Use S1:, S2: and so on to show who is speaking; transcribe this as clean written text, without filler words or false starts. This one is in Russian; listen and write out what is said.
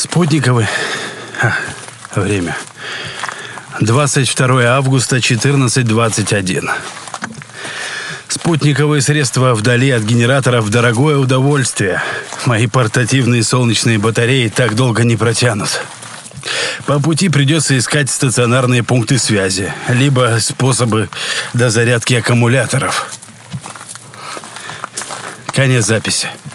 S1: Спутниковый. Время. 22 августа, 14:21. Спутниковые средства вдали от генераторов – дорогое удовольствие. Мои портативные солнечные батареи так долго не протянут. По пути придется искать стационарные пункты связи, либо способы дозарядки аккумуляторов. Конец записи.